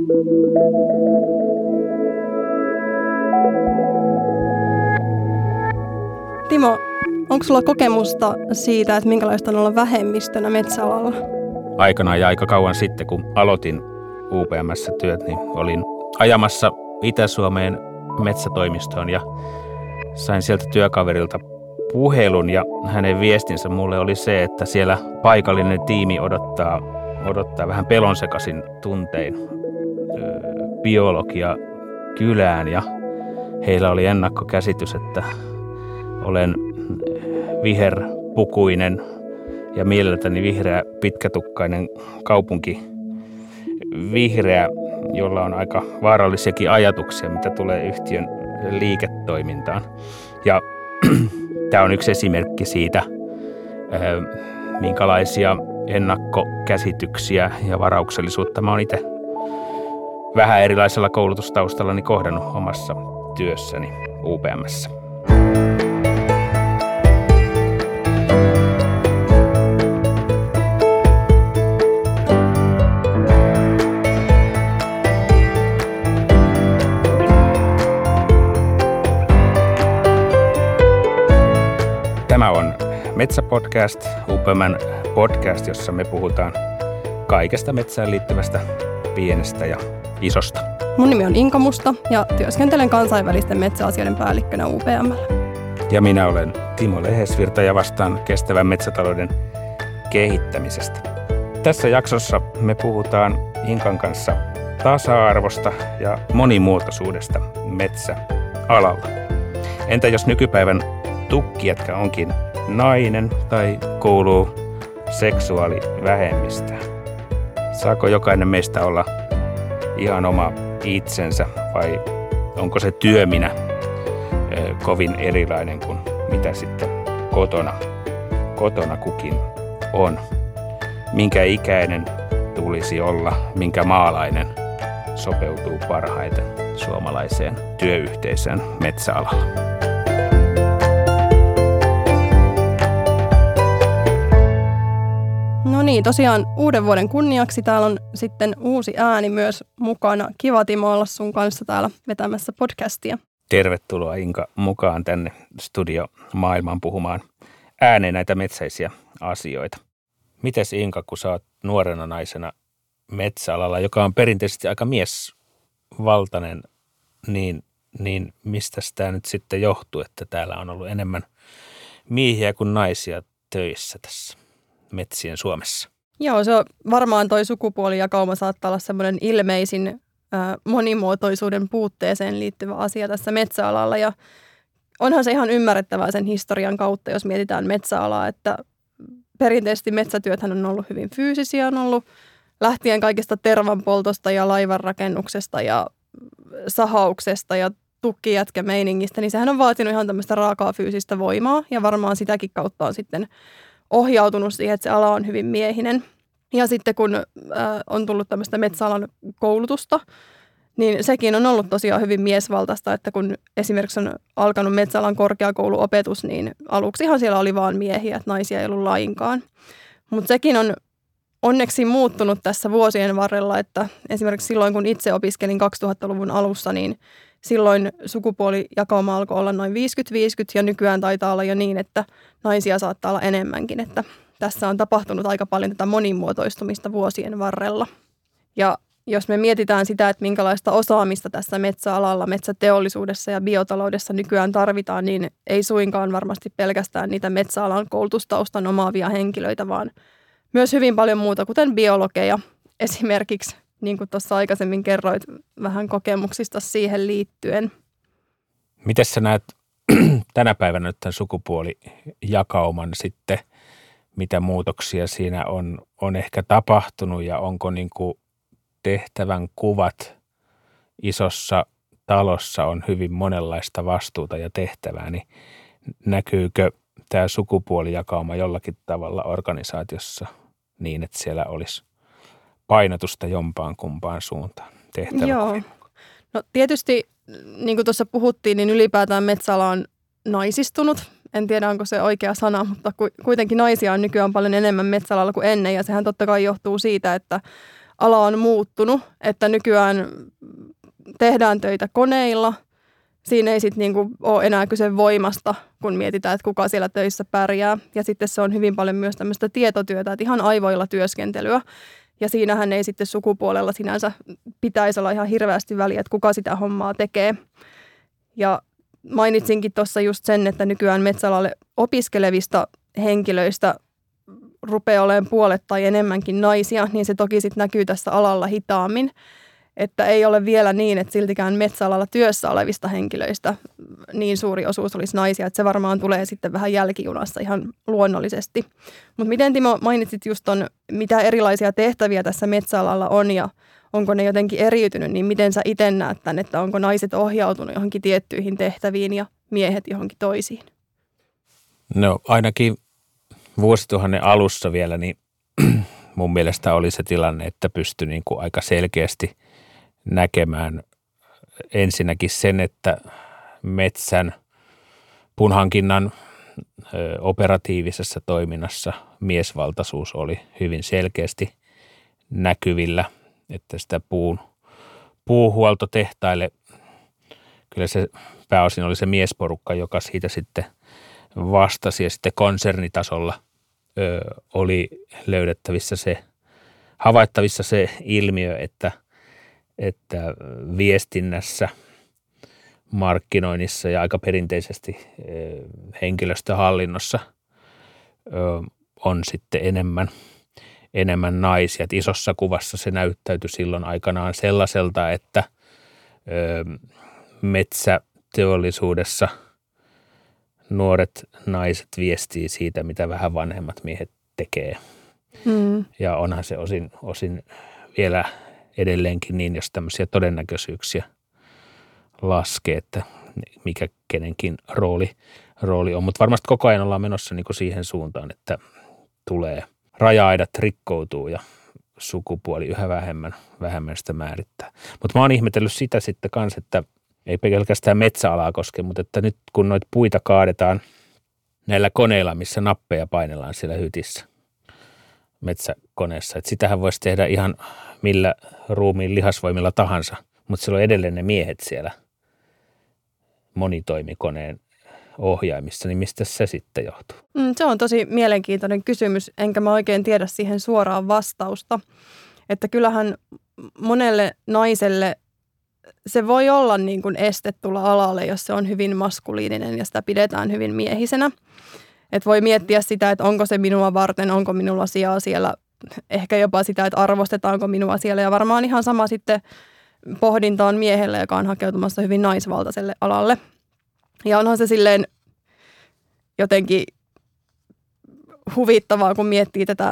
Timo, onko sulla kokemusta siitä, että minkälaista on olla vähemmistönä metsäalalla? Aikanaan ja aika kauan sitten, kun aloitin UPM:ssä työt, niin olin ajamassa Itä-Suomeen metsätoimistoon ja sain sieltä työkaverilta puhelun ja hänen viestinsä mulle oli se, että siellä paikallinen tiimi odottaa vähän pelonsekaisin tuntein biologia kylään ja heillä oli ennakkokäsitys, että olen viherpukuinen ja mieleltäni vihreä pitkätukkainen kaupunkivihreä, jolla on aika vaarallisiakin ajatuksia, mitä tulee yhtiön liiketoimintaan. Ja tämä on yksi esimerkki siitä, minkälaisia ennakkokäsityksiä ja varauksellisuutta mä oon itse vähän erilaisella koulutustaustallani kohdannut omassa työssäni UPM:ssä. Tämä on Metsäpodcast, UPM:n podcast, jossa me puhutaan kaikesta metsään liittyvästä, pienestä ja isosta. Mun nimi on Inka Musta ja työskentelen kansainvälisten metsäasioiden päällikkönä UPM:llä. Ja minä olen Timo Lehesvirta ja vastaan kestävän metsätalouden kehittämisestä. Tässä jaksossa me puhutaan Inkan kanssa tasa-arvosta ja monimuotoisuudesta metsäalalla. Entä jos nykypäivän tukkijätkä onkin nainen tai kuuluu seksuaalivähemmistöön? Saako jokainen meistä olla ihan oma itsensä vai onko se työminä kovin erilainen kuin mitä sitten kotona kukin on? Minkä ikäinen tulisi olla, minkä maalainen sopeutuu parhaiten suomalaiseen työyhteisöön metsäalalla? No niin, tosiaan uuden vuoden kunniaksi täällä on sitten uusi ääni myös mukana. Kiva Timo olla sun kanssa täällä vetämässä podcastia. Tervetuloa Inka mukaan tänne studiomaailmaan puhumaan ääneen näitä metsäisiä asioita. Mites Inka, kun sä oot nuorena naisena metsäalalla, joka on perinteisesti aika miesvaltainen, niin mistä tämä nyt sitten johtuu, että täällä on ollut enemmän miehiä kuin naisia töissä tässä metsien Suomessa? Joo, se on varmaan toi sukupuolijakauma saattaa olla semmoinen ilmeisin monimuotoisuuden puutteeseen liittyvä asia tässä metsäalalla. Ja onhan se ihan ymmärrettävää sen historian kautta, jos mietitään metsäalaa, että perinteisesti metsätyöthän on ollut hyvin fyysisiä, on ollut lähtien kaikista tervanpoltosta ja laivanrakennuksesta ja sahauksesta ja tukkijätkämeiningistä, niin sehän on vaatinut ihan tämmöistä raakaa fyysistä voimaa ja varmaan sitäkin kautta on sitten ohjautunut siihen, että se ala on hyvin miehinen. Ja sitten kun on tullut tämmöistä metsäalan koulutusta, niin sekin on ollut tosiaan hyvin miesvaltaista, että kun esimerkiksi on alkanut metsäalan korkeakouluopetus, niin aluksihan siellä oli vaan miehiä, että naisia ei ollut lainkaan. Mutta sekin on onneksi muuttunut tässä vuosien varrella, että esimerkiksi silloin kun itse opiskelin 2000-luvun alussa, niin silloin sukupuolijakauma alkoi olla noin 50-50 ja nykyään taitaa olla jo niin, että naisia saattaa olla enemmänkin, että tässä on tapahtunut aika paljon tätä monimuotoistumista vuosien varrella. Ja jos me mietitään sitä, että minkälaista osaamista tässä metsäalalla, metsäteollisuudessa ja biotaloudessa nykyään tarvitaan, niin ei suinkaan varmasti pelkästään niitä metsäalan koulutustaustan omaavia henkilöitä, vaan myös hyvin paljon muuta, kuten biologeja esimerkiksi, niin kuin tuossa aikaisemmin kerroit vähän kokemuksista siihen liittyen. Miten sä näet tänä päivänä nyt tämän sukupuolijakauman sitten, mitä muutoksia siinä on ehkä tapahtunut ja onko niin kuin tehtävän kuvat isossa talossa on hyvin monenlaista vastuuta ja tehtävää, niin näkyykö tämä sukupuolijakauma jollakin tavalla organisaatiossa niin, että siellä olisi painotusta jompaan kumpaan suuntaan tehtävä? Joo. No tietysti, niin kuin tuossa puhuttiin, niin ylipäätään metsäala on naisistunut. En tiedä, onko se oikea sana, mutta kuitenkin naisia on nykyään paljon enemmän metsäalalla kuin ennen. Ja sehän totta kai johtuu siitä, että ala on muuttunut, että nykyään tehdään töitä koneilla. Siinä ei sitten niinku ole enää kyse voimasta, kun mietitään, että kuka siellä töissä pärjää. Ja sitten se on hyvin paljon myös tämmöistä tietotyötä, että ihan aivoilla työskentelyä. Ja siinähän ei sitten sukupuolella sinänsä pitäisi olla ihan hirveästi väliä, että kuka sitä hommaa tekee. Ja mainitsinkin tuossa just sen, että nykyään metsäalalle opiskelevista henkilöistä rupeaa olemaan puolet tai enemmänkin naisia, niin se toki sitten näkyy tässä alalla hitaammin. Että ei ole vielä niin, että siltikään metsäalalla työssä olevista henkilöistä niin suuri osuus olisi naisia, että se varmaan tulee sitten vähän jälkijunassa ihan luonnollisesti. Mutta miten Timo mainitsit just ton, mitä erilaisia tehtäviä tässä metsäalalla on ja onko ne jotenkin eriytynyt, niin miten sä itse näet tämän, että onko naiset ohjautunut johonkin tiettyihin tehtäviin ja miehet johonkin toisiin? No ainakin vuosituhannen alussa vielä, niin mun mielestä oli se tilanne, että pystyi niin kuin aika selkeästi näkemään ensinnäkin sen, että metsän puunhankinnan operatiivisessa toiminnassa miesvaltaisuus oli hyvin selkeästi näkyvillä, että sitä puuhuoltotehtaille kyllä se pääosin oli se miesporukka, joka siitä sitten vastasi ja sitten konsernitasolla oli löydettävissä havaittavissa se ilmiö, että viestinnässä, markkinoinnissa ja aika perinteisesti henkilöstöhallinnossa on sitten enemmän naisia. Et isossa kuvassa se näyttäytyi silloin aikanaan sellaiselta, että metsäteollisuudessa nuoret naiset viestii siitä, mitä vähän vanhemmat miehet tekee. Ja onhan se osin vielä edelleenkin niin, jos tämmöisiä todennäköisyyksiä laskee, että mikä kenenkin rooli on. Mutta varmasti koko ajan ollaan menossa niin kuin siihen suuntaan, että tulee raja-aidat rikkoutuu ja sukupuoli yhä vähemmän sitä määrittää. Mutta mä oon ihmetellyt sitä sitten kanssa, että ei pelkästään metsäalaa koske, mutta että nyt kun noita puita kaadetaan näillä koneilla, missä nappeja painellaan siellä hytissä metsäkoneessa, että sitähän voisi tehdä ihan millä ruumiin lihasvoimilla tahansa, mutta siellä on edelleen ne miehet siellä monitoimikoneen ohjaimissa, niin mistä se sitten johtuu? Se on tosi mielenkiintoinen kysymys, enkä mä oikein tiedä siihen suoraan vastausta. Että kyllähän monelle naiselle se voi olla niin kuin este tulla alalle, jos se on hyvin maskuliininen ja sitä pidetään hyvin miehisenä. Että voi miettiä sitä, että onko se minua varten, onko minulla sijaa siellä, ehkä jopa sitä, että arvostetaanko minua siellä. Ja varmaan ihan sama sitten pohdinta on miehelle, joka on hakeutumassa hyvin naisvaltaiselle alalle. Ja onhan se silleen jotenkin huvittavaa, kun miettii tätä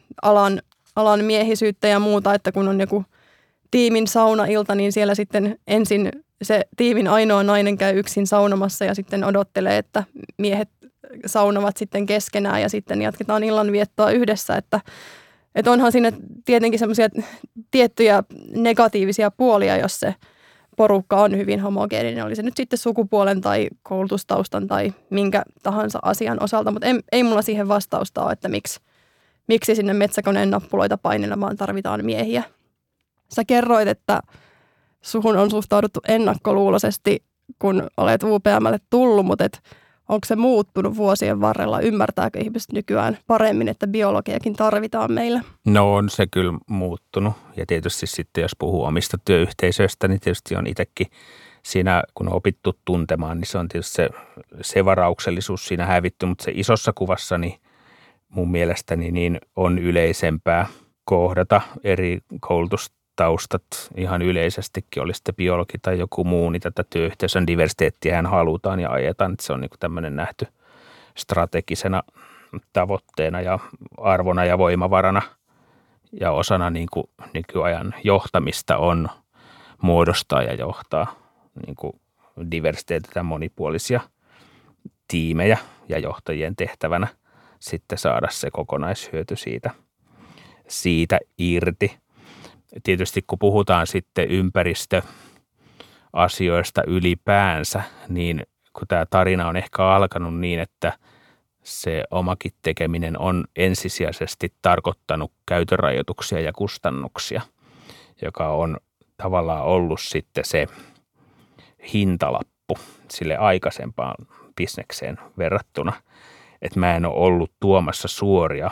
alan miehisyyttä ja muuta, että kun on joku tiimin saunailta, niin siellä sitten ensin se tiimin ainoa nainen käy yksin saunomassa ja sitten odottelee, että miehet saunovat sitten keskenään ja sitten jatketaan illanviettoa yhdessä, että onhan siinä tietenkin semmoisia tiettyjä negatiivisia puolia, jos se porukka on hyvin homogeeninen, oli se nyt sitten sukupuolen tai koulutustaustan tai minkä tahansa asian osalta, mutta ei mulla siihen vastausta ole, että miksi sinne metsäkoneen nappuloita painelemaan tarvitaan miehiä. Sä kerroit, että suhun on suhtauduttu ennakkoluuloisesti, kun olet UPM:lle tullut, mutta onko se muuttunut vuosien varrella? Ymmärtääkö ihmiset nykyään paremmin, että biologiakin tarvitaan meillä? No on se kyllä muuttunut ja tietysti sitten jos puhuu omista työyhteisöistä, niin tietysti on itsekin siinä, kun on opittu tuntemaan, niin se on tietysti se varauksellisuus siinä hävitty, mutta se isossa kuvassa niin mun mielestäni niin on yleisempää kohdata eri koulutustaustat ihan yleisestikin, oli sitten biologi tai joku muu, niin tätä työyhteisön diversiteettiä halutaan ja ajetaan, että se on niin kuin tämmöinen nähty strategisena tavoitteena ja arvona ja voimavarana ja osana niin kuin nykyajan johtamista on muodostaa ja johtaa niin kuin diversiteetitä monipuolisia tiimejä ja johtajien tehtävänä sitten saada se kokonaishyöty siitä irti. Tietysti kun puhutaan sitten ympäristöasioista ylipäänsä, niin kun tämä tarina on ehkä alkanut niin, että se omakin tekeminen on ensisijaisesti tarkoittanut käytönrajoituksia ja kustannuksia, joka on tavallaan ollut sitten se hintalappu sille aikaisempaan bisnekseen verrattuna, että mä en ole ollut tuomassa suoria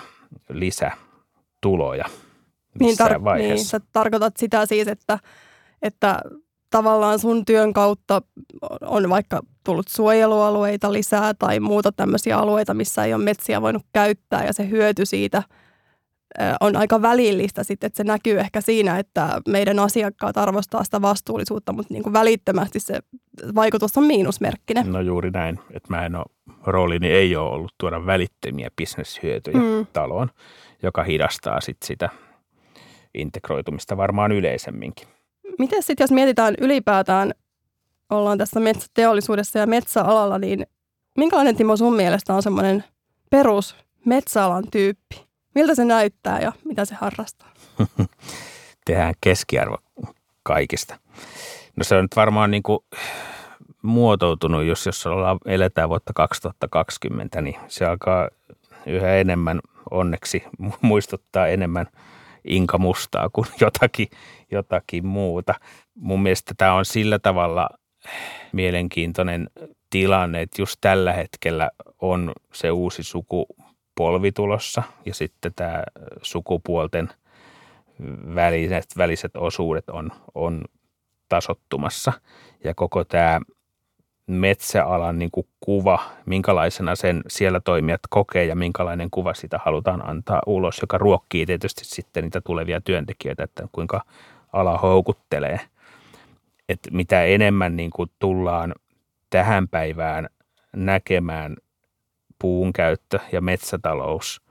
lisätuloja missään vaiheessa. Niin, sä tarkoitat sitä siis, että tavallaan sun työn kautta on vaikka tullut suojelualueita lisää tai muuta tämmöisiä alueita, missä ei ole metsiä voinut käyttää ja se hyöty siitä on aika välillistä sitten, että se näkyy ehkä siinä, että meidän asiakkaat arvostaa sitä vastuullisuutta, mutta niin kuin välittömästi se vaikutus on miinusmerkkinen. No juuri näin, että roolini ei ole ollut tuoda välittömiä bisneshyötyjä taloon, joka hidastaa sitten sitä integroitumista varmaan yleisemminkin. Miten sitten, jos mietitään ylipäätään, ollaan tässä metsäteollisuudessa ja metsäalalla, niin minkälainen, Timo, sun mielestä on semmoinen perus metsäalan tyyppi? Miltä se näyttää ja mitä se harrastaa? Tehdään keskiarvo kaikista. No se on nyt varmaan niin kuin muotoutunut, jos eletään vuotta 2020, niin se alkaa yhä enemmän onneksi muistuttaa enemmän Inka Mustaa kuin jotakin muuta. Mun mielestä tämä on sillä tavalla mielenkiintoinen tilanne, että just tällä hetkellä on se uusi sukupolvi tulossa ja sitten tämä sukupuolten väliset osuudet on tasoittumassa ja koko tämä metsäalan niin kuin kuva, minkälaisena sen siellä toimijat kokee ja minkälainen kuva sitä halutaan antaa ulos, joka ruokkii tietysti sitten niitä tulevia työntekijöitä, että kuinka ala houkuttelee. Että mitä enemmän niin kuin tullaan tähän päivään näkemään puunkäyttö ja metsätalous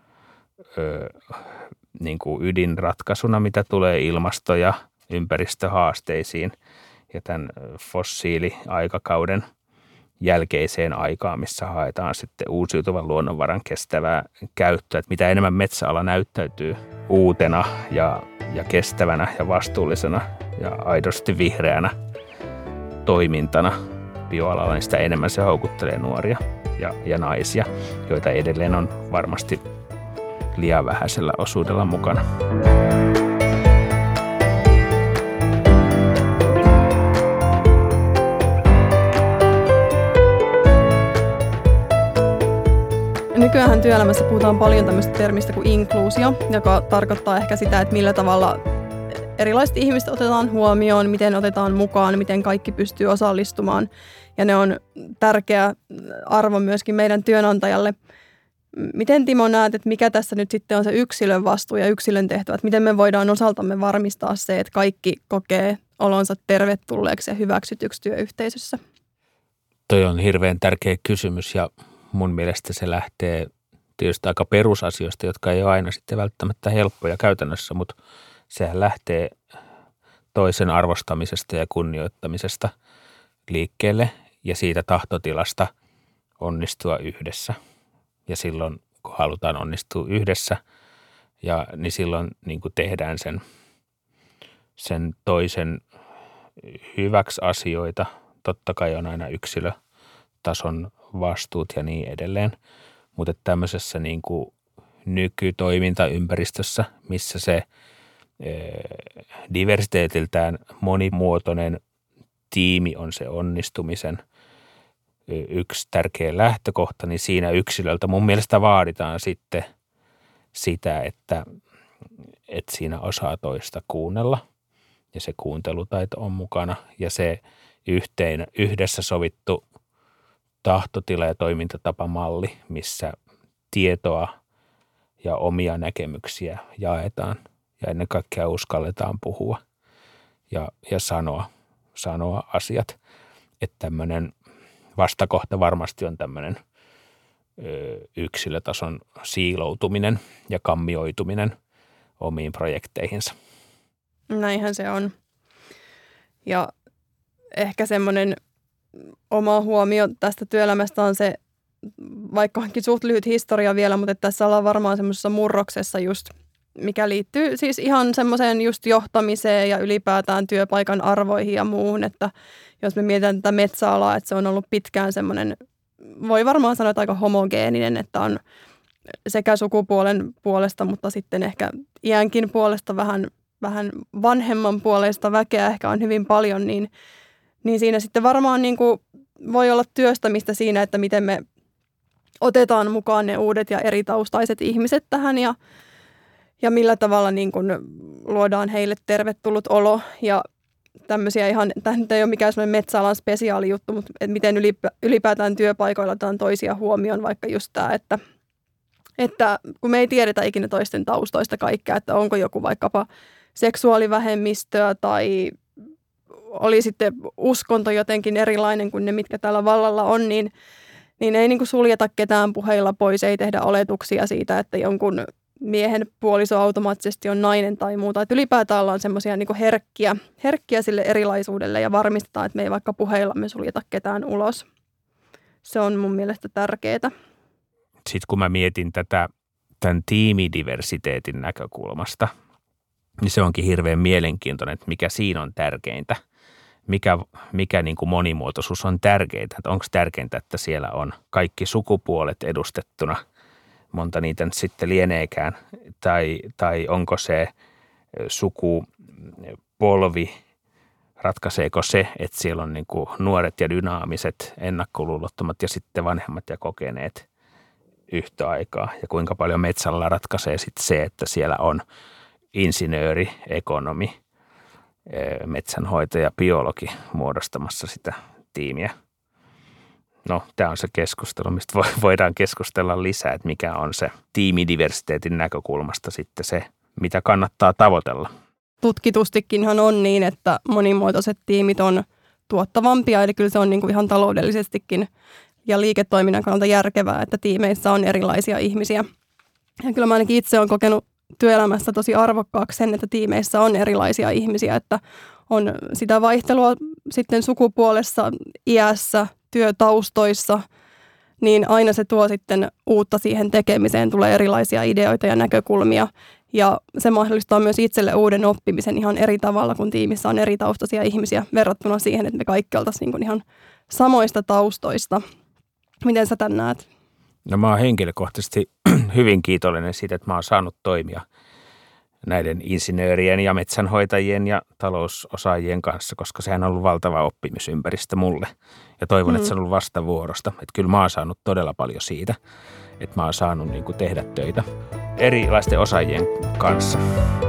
niin kuin ydinratkaisuna, mitä tulee ilmasto- ja ympäristöhaasteisiin ja tämän fossiiliaikakauden jälkeiseen aikaan, missä haetaan sitten uusiutuvan luonnonvaran kestävää käyttöä. Että mitä enemmän metsäala näyttäytyy uutena ja kestävänä ja vastuullisena ja aidosti vihreänä toimintana bioalalla, niin sitä enemmän se houkuttelee nuoria ja naisia, joita edelleen on varmasti liian vähäisellä osuudella mukana. Nykyään työelämässä puhutaan paljon tämmöistä termistä kuin inkluusio, joka tarkoittaa ehkä sitä, että millä tavalla erilaiset ihmiset otetaan huomioon, miten otetaan mukaan, miten kaikki pystyy osallistumaan. Ja ne on tärkeä arvo myöskin meidän työnantajalle. Miten, Timo, näet, että mikä tässä nyt sitten on se yksilön vastuu ja yksilön tehtävä? Että miten me voidaan osaltamme varmistaa se, että kaikki kokee olonsa tervetulleeksi ja hyväksytyksi työyhteisössä? Toi on hirveän tärkeä kysymys ja mun mielestä se lähtee tietysti aika perusasioista, jotka ei ole aina sitten välttämättä helppoja käytännössä, mutta sehän lähtee toisen arvostamisesta ja kunnioittamisesta liikkeelle ja siitä tahtotilasta onnistua yhdessä. Ja silloin, kun halutaan onnistua yhdessä, niin silloin niin kuin tehdään sen toisen hyväksi asioita. Totta kai on aina yksilötason vastuut ja niin edelleen, mutta tämmöisessä niin kuin nykytoimintaympäristössä, missä se diversiteetiltään monimuotoinen tiimi on se onnistumisen yksi tärkeä lähtökohta, niin siinä yksilöltä mun mielestä vaaditaan sitten sitä, että siinä osaa toista kuunnella ja se kuuntelutaito on mukana ja se yhdessä sovittu tahtotila ja toimintatapamalli, missä tietoa ja omia näkemyksiä jaetaan ja ennen kaikkea uskalletaan puhua ja sanoa asiat. Että tämmöinen vastakohta varmasti on tämmöinen yksilötason siiloutuminen ja kammioituminen omiin projekteihinsa. Näinhän se on. Ja ehkä semmoinen oma huomio tästä työelämästä on se, vaikka onkin suht lyhyt historia vielä, mutta tässä ollaan varmaan semmoisessa murroksessa just, mikä liittyy siis ihan semmoiseen just johtamiseen ja ylipäätään työpaikan arvoihin ja muuhun, että jos me mietitään tätä metsäalaa, että se on ollut pitkään semmoinen voi varmaan sanoa, että aika homogeeninen, että on sekä sukupuolen puolesta, mutta sitten ehkä iänkin puolesta vähän vanhemman puolesta väkeä ehkä on hyvin paljon, niin siinä sitten varmaan niin kuin voi olla työstämistä siinä, että miten me otetaan mukaan ne uudet ja eri taustaiset ihmiset tähän ja millä tavalla niin kuin luodaan heille tervetullut olo ja tämmöisiä ihan, tämä ei ole mikään semmoinen metsäalan spesiaali juttu, mutta että miten ylipäätään työpaikoilla otetaan toisia huomioon, vaikka just tämä, että kun me ei tiedetä ikinä toisten taustoista kaikkea, että onko joku vaikkapa seksuaalivähemmistöä tai oli sitten uskonto jotenkin erilainen kuin ne, mitkä täällä vallalla on, niin ei niin kuin suljeta ketään puheilla pois, ei tehdä oletuksia siitä, että jonkun miehen puoliso automaattisesti on nainen tai muuta. Että ylipäätään ollaan semmoisia niin kuin herkkiä sille erilaisuudelle ja varmistetaan, että me ei vaikka puheillamme suljeta ketään ulos. Se on mun mielestä tärkeää. Sitten kun mä mietin tämän tiimidiversiteetin näkökulmasta, niin se onkin hirveän mielenkiintoinen, että mikä siinä on tärkeintä. Mikä niin kuin monimuotoisuus on tärkeintä. Onko tärkeintä, että siellä on kaikki sukupuolet edustettuna, monta niitä nyt sitten lieneekään, tai onko se sukupolvi, ratkaiseeko se, että siellä on niin kuin nuoret ja dynaamiset, ennakkoluulottomat ja sitten vanhemmat ja kokeneet yhtä aikaa. Ja kuinka paljon metsällä ratkaisee sitten se, että siellä on insinööri, ekonomi, metsänhoitaja, biologi muodostamassa sitä tiimiä. No, tämä on se keskustelu, mistä voidaan keskustella lisää, että mikä on se tiimidiversiteetin näkökulmasta sitten se, mitä kannattaa tavoitella. Tutkitustikinhan on niin, että monimuotoiset tiimit on tuottavampia, eli kyllä se on niin kuin ihan taloudellisestikin ja liiketoiminnan kannalta järkevää, että tiimeissä on erilaisia ihmisiä. Ja kyllä mä ainakin itse olen kokenut työelämässä tosi arvokkaaksi sen, että tiimeissä on erilaisia ihmisiä, että on sitä vaihtelua sitten sukupuolessa, iässä, työtaustoissa, niin aina se tuo sitten uutta siihen tekemiseen, tulee erilaisia ideoita ja näkökulmia ja se mahdollistaa myös itselle uuden oppimisen ihan eri tavalla, kun tiimissä on eri taustaisia ihmisiä verrattuna siihen, että me kaikki oltaisiin niin kuin ihan samoista taustoista. Miten sä tän näet? No mä oon henkilökohtaisesti hyvin kiitollinen siitä, että mä oon saanut toimia näiden insinöörien ja metsänhoitajien ja talousosaajien kanssa, koska sehän on ollut valtava oppimisympäristö mulle. Ja toivon, että se on ollut vastavuorosta. Että kyllä mä oon saanut todella paljon siitä, että mä oon saanut niin kuin tehdä töitä erilaisten osaajien kanssa.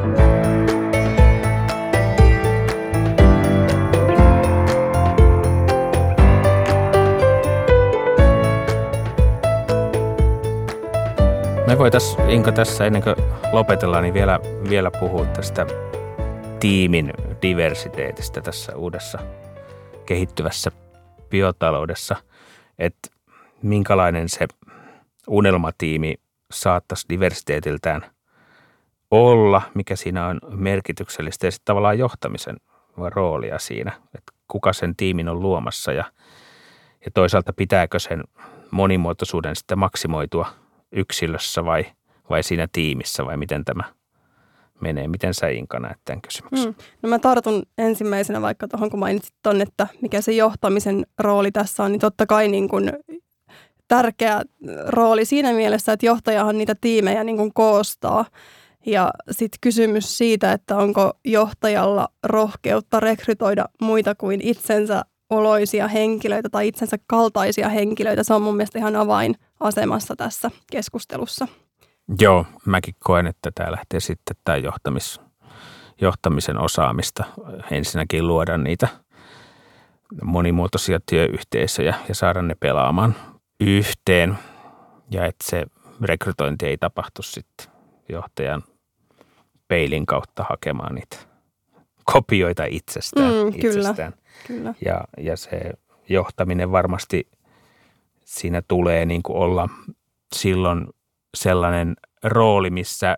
Me voitaisiin, Inka, tässä ennen kuin lopetellaan, niin vielä puhua tästä tiimin diversiteetistä tässä uudessa kehittyvässä biotaloudessa, että minkälainen se unelmatiimi saattaisi diversiteetiltään olla, mikä siinä on merkityksellistä ja sitten tavallaan johtamisen roolia siinä, että kuka sen tiimin on luomassa ja toisaalta pitääkö sen monimuotoisuuden sitten maksimoitua yksilössä vai siinä tiimissä vai miten tämä menee? Miten sä, Inka, näet tämän kysymyksen? No mä tartun ensimmäisenä vaikka tuohon, kun mainitsit ton, että mikä se johtamisen rooli tässä on, niin totta kai niin kuin tärkeä rooli siinä mielessä, että johtajahan niitä tiimejä niin kuin koostaa. Ja sitten kysymys siitä, että onko johtajalla rohkeutta rekrytoida muita kuin itsensä oloisia henkilöitä tai itsensä kaltaisia henkilöitä. Se on mun mielestä ihan avainasemassa tässä keskustelussa. Joo, mäkin koen, että tämä lähtee sitten tämä johtamisen osaamista. Ensinnäkin luoda niitä monimuotoisia työyhteisöjä ja saada ne pelaamaan yhteen. Ja että se rekrytointi ei tapahtu sitten johtajan peilin kautta hakemaan niitä kopioita itsestään. Kyllä. Ja se johtaminen varmasti siinä tulee niin kuin olla silloin sellainen rooli,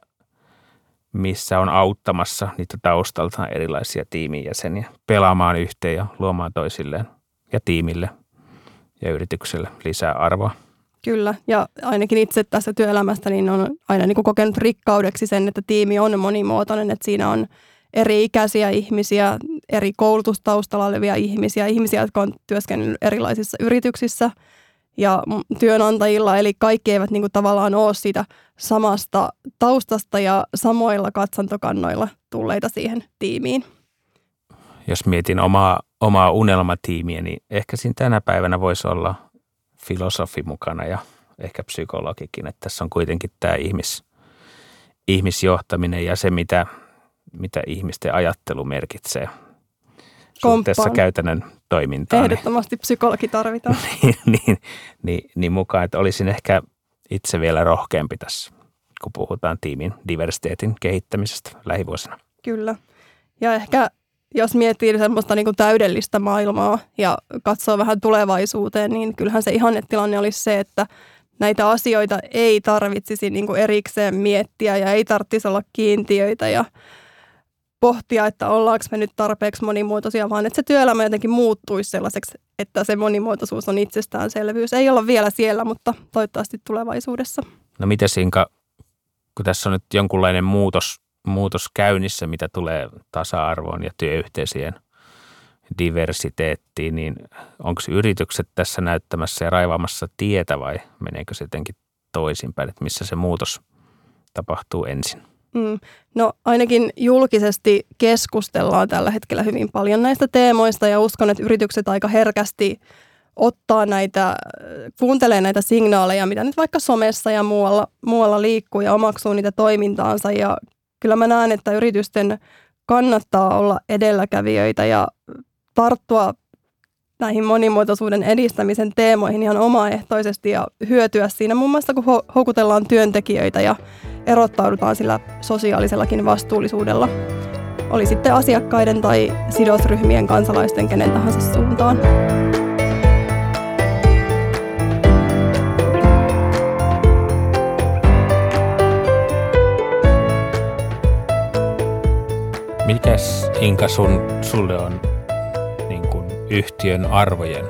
missä on auttamassa niitä taustaltaan erilaisia tiimin jäseniä pelaamaan yhteen ja luomaan toisilleen ja tiimille ja yritykselle lisää arvoa. Kyllä, ja ainakin itse tässä työelämästä niin on aina niin kuin kokenut rikkaudeksi sen, että tiimi on monimuotoinen, että siinä on eri-ikäisiä ihmisiä, eri koulutustaustalla olevia ihmisiä, jotka on työskennellyt erilaisissa yrityksissä ja työnantajilla, eli kaikki eivät niin kuin tavallaan ole siitä samasta taustasta ja samoilla katsantokannoilla tulleita siihen tiimiin. Jos mietin omaa unelmatiimiä, niin ehkä siinä tänä päivänä voisi olla filosofi mukana ja ehkä psykologikin, että tässä on kuitenkin tämä ihmisjohtaminen ja se, mitä ihmisten ajattelu merkitsee suhteessa käytännön toimintaan. Ehdottomasti psykologi tarvitaan. niin mukaan, että olisin ehkä itse vielä rohkeampi tässä, kun puhutaan tiimin diversiteetin kehittämisestä lähivuosina. Kyllä. Ja ehkä jos miettii semmoista niin kuin täydellistä maailmaa ja katsoo vähän tulevaisuuteen, niin kyllähän se ihannetilanne olisi se, että näitä asioita ei tarvitsisi niin kuin erikseen miettiä ja ei tarvitsisi olla kiintiöitä ja pohtia, että ollaanko me nyt tarpeeksi monimuotoisia, vaan että se työelämä jotenkin muuttuisi sellaiseksi, että se monimuotoisuus on itsestäänselvyys. Ei olla vielä siellä, mutta toivottavasti tulevaisuudessa. No mites Inka, kun tässä on nyt jonkunlainen muutos käynnissä, mitä tulee tasa-arvoon ja työyhteisöjen diversiteettiin, niin onko yritykset tässä näyttämässä ja raivaamassa tietä vai meneekö se jotenkin toisinpäin, että missä se muutos tapahtuu ensin? No ainakin julkisesti keskustellaan tällä hetkellä hyvin paljon näistä teemoista ja uskon, että yritykset aika herkästi kuuntelee näitä signaaleja, mitä nyt vaikka somessa ja muualla liikkuu ja omaksuu niitä toimintaansa ja kyllä mä näen, että yritysten kannattaa olla edelläkävijöitä ja tarttua näihin monimuotoisuuden edistämisen teemoihin ihan omaehtoisesti ja hyötyä siinä muun muassa, kun houkutellaan työntekijöitä ja erottaudutaan sillä sosiaalisellakin vastuullisuudella. Oli sitten asiakkaiden tai sidosryhmien kansalaisten kenen tahansa suuntaan. Mikäs Inka sulle on niin kuin yhtiön arvojen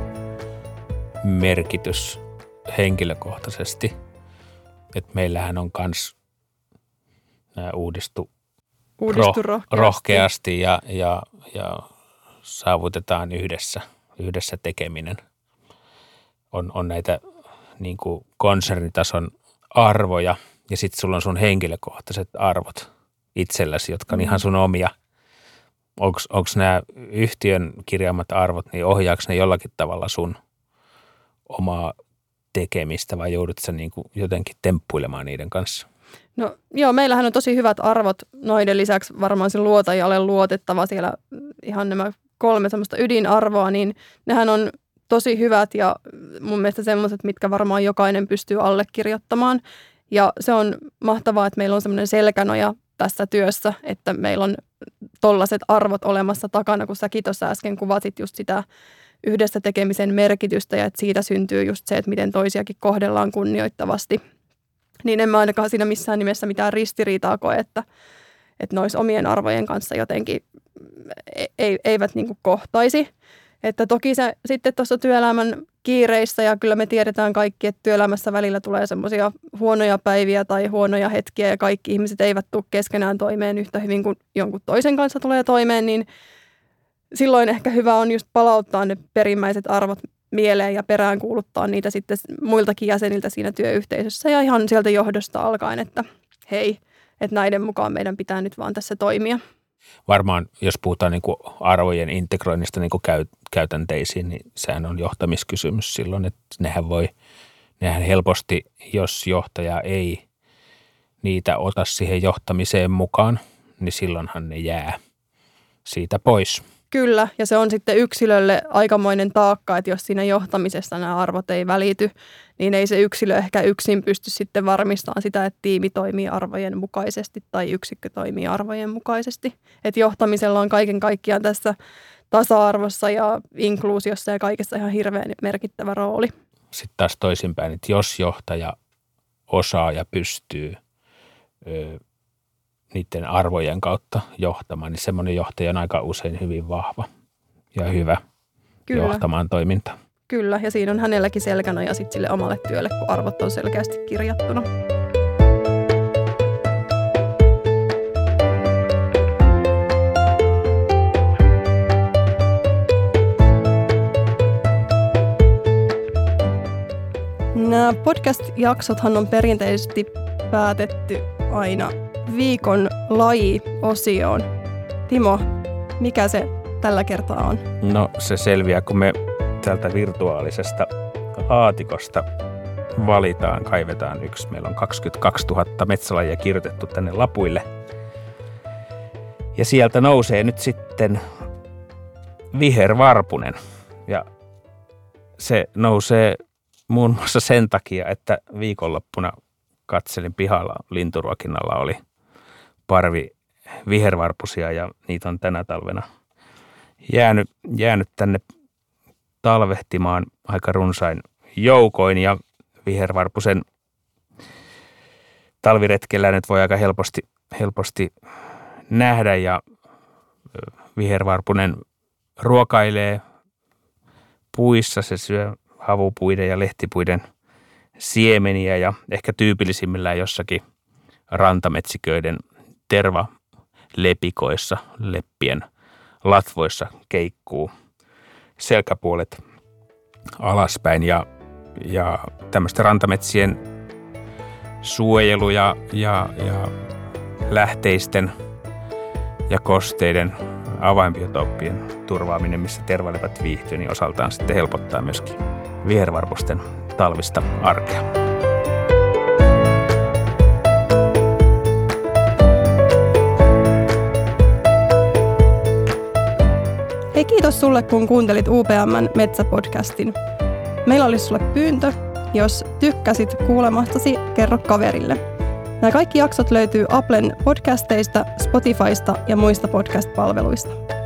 merkitys henkilökohtaisesti? Että meillähän on kans uudistu rohkeasti ja saavutetaan yhdessä tekeminen. On näitä niin kuin konsernitason arvoja ja sitten sulla on sun henkilökohtaiset arvot itselläsi, jotka on ihan sun omia. Onko nämä yhtiön kirjaamat arvot, niin ohjaako ne jollakin tavalla sun omaa tekemistä vai joudut sä niin kuin jotenkin temppuilemaan niiden kanssa? No joo, meillähän on tosi hyvät arvot. Noiden lisäksi varmaan se luotajalle luotettava siellä ihan nämä 3 semmoista ydinarvoa, niin nehän on tosi hyvät ja mun mielestä semmoiset, mitkä varmaan jokainen pystyy allekirjoittamaan. Ja se on mahtavaa, että meillä on semmoinen selkänoja tässä työssä, että meillä on tollaiset arvot olemassa takana, kun säkin tuossa äsken kuvasit just sitä yhdessä tekemisen merkitystä ja että siitä syntyy just se, että miten toisiakin kohdellaan kunnioittavasti. Niin en mä ainakaan siinä missään nimessä mitään ristiriitaa koe, että ne olisi omien arvojen kanssa jotenkin eivät niin kuin kohtaisi. Että toki se sitten tuossa työelämän kiireissä ja kyllä me tiedetään kaikki, että työelämässä välillä tulee semmoisia huonoja päiviä tai huonoja hetkiä ja kaikki ihmiset eivät tule keskenään toimeen yhtä hyvin kuin jonkun toisen kanssa tulee toimeen, niin silloin ehkä hyvä on just palauttaa ne perimmäiset arvot mieleen ja peräänkuuluttaa niitä sitten muiltakin jäseniltä siinä työyhteisössä ja ihan sieltä johdosta alkaen, että hei, että näiden mukaan meidän pitää nyt vaan tässä toimia. Varmaan, jos puhutaan niin kuin arvojen integroinnista niin kuin käytänteisiin, niin sehän on johtamiskysymys silloin, että nehän helposti, jos johtaja ei niitä ota siihen johtamiseen mukaan, niin silloinhan ne jää siitä pois. Kyllä, ja se on sitten yksilölle aikamoinen taakka, että jos siinä johtamisessa nämä arvot ei välity, niin ei se yksilö ehkä yksin pysty sitten varmistamaan sitä, että tiimi toimii arvojen mukaisesti tai yksikkö toimii arvojen mukaisesti. Että johtamisella on kaiken kaikkiaan tässä tasa-arvossa ja inkluusiossa ja kaikessa ihan hirveän merkittävä rooli. Sitten taas toisinpäin, että jos johtaja osaa ja pystyy niiden arvojen kautta johtamaan, niin semmoinen johtaja on aika usein hyvin vahva ja hyvä johtamaan toimintaa. Kyllä, ja siinä on hänelläkin selkänoja sitten sille omalle työlle, kun arvot on selkeästi kirjattuna. nämä podcast-jaksothan on perinteisesti päätetty aina viikon laji-osioon. Timo, mikä se tällä kertaa on? No se selviää, kun me tältä virtuaalisesta aatikosta kaivetaan yksi. Meillä on 22 000 metsälajia kirjoitettu tänne lapuille. Ja sieltä nousee nyt sitten vihervarpunen. Ja se nousee muun muassa sen takia, että viikonloppuna katselin pihalla linturuokinnalla oli parvi vihervarpusia ja niitä on tänä talvena jäänyt tänne talvehtimaan aika runsain joukoin ja vihervarpusen talviretkellä nyt voi aika helposti nähdä ja vihervarpunen ruokailee puissa, se syö havupuiden ja lehtipuiden siemeniä ja ehkä tyypillisimmillään jossakin rantametsiköiden tervalepikoissa, leppien latvoissa keikkuu selkäpuolet alaspäin ja tämmöistä rantametsien suojelu ja lähteisten ja kosteiden avainbiotooppien turvaaminen, missä tervalepät viihtyy, niin osaltaan sitten helpottaa myöskin vihervarpusten talvista arkea. Hei, kiitos sulle, kun kuuntelit UPM:n Metsäpodcastin. Meillä olisi sulle pyyntö, jos tykkäsit kuulemastasi, kerro kaverille. Nämä kaikki jaksot löytyy Applen podcasteista, Spotifysta ja muista podcast-palveluista.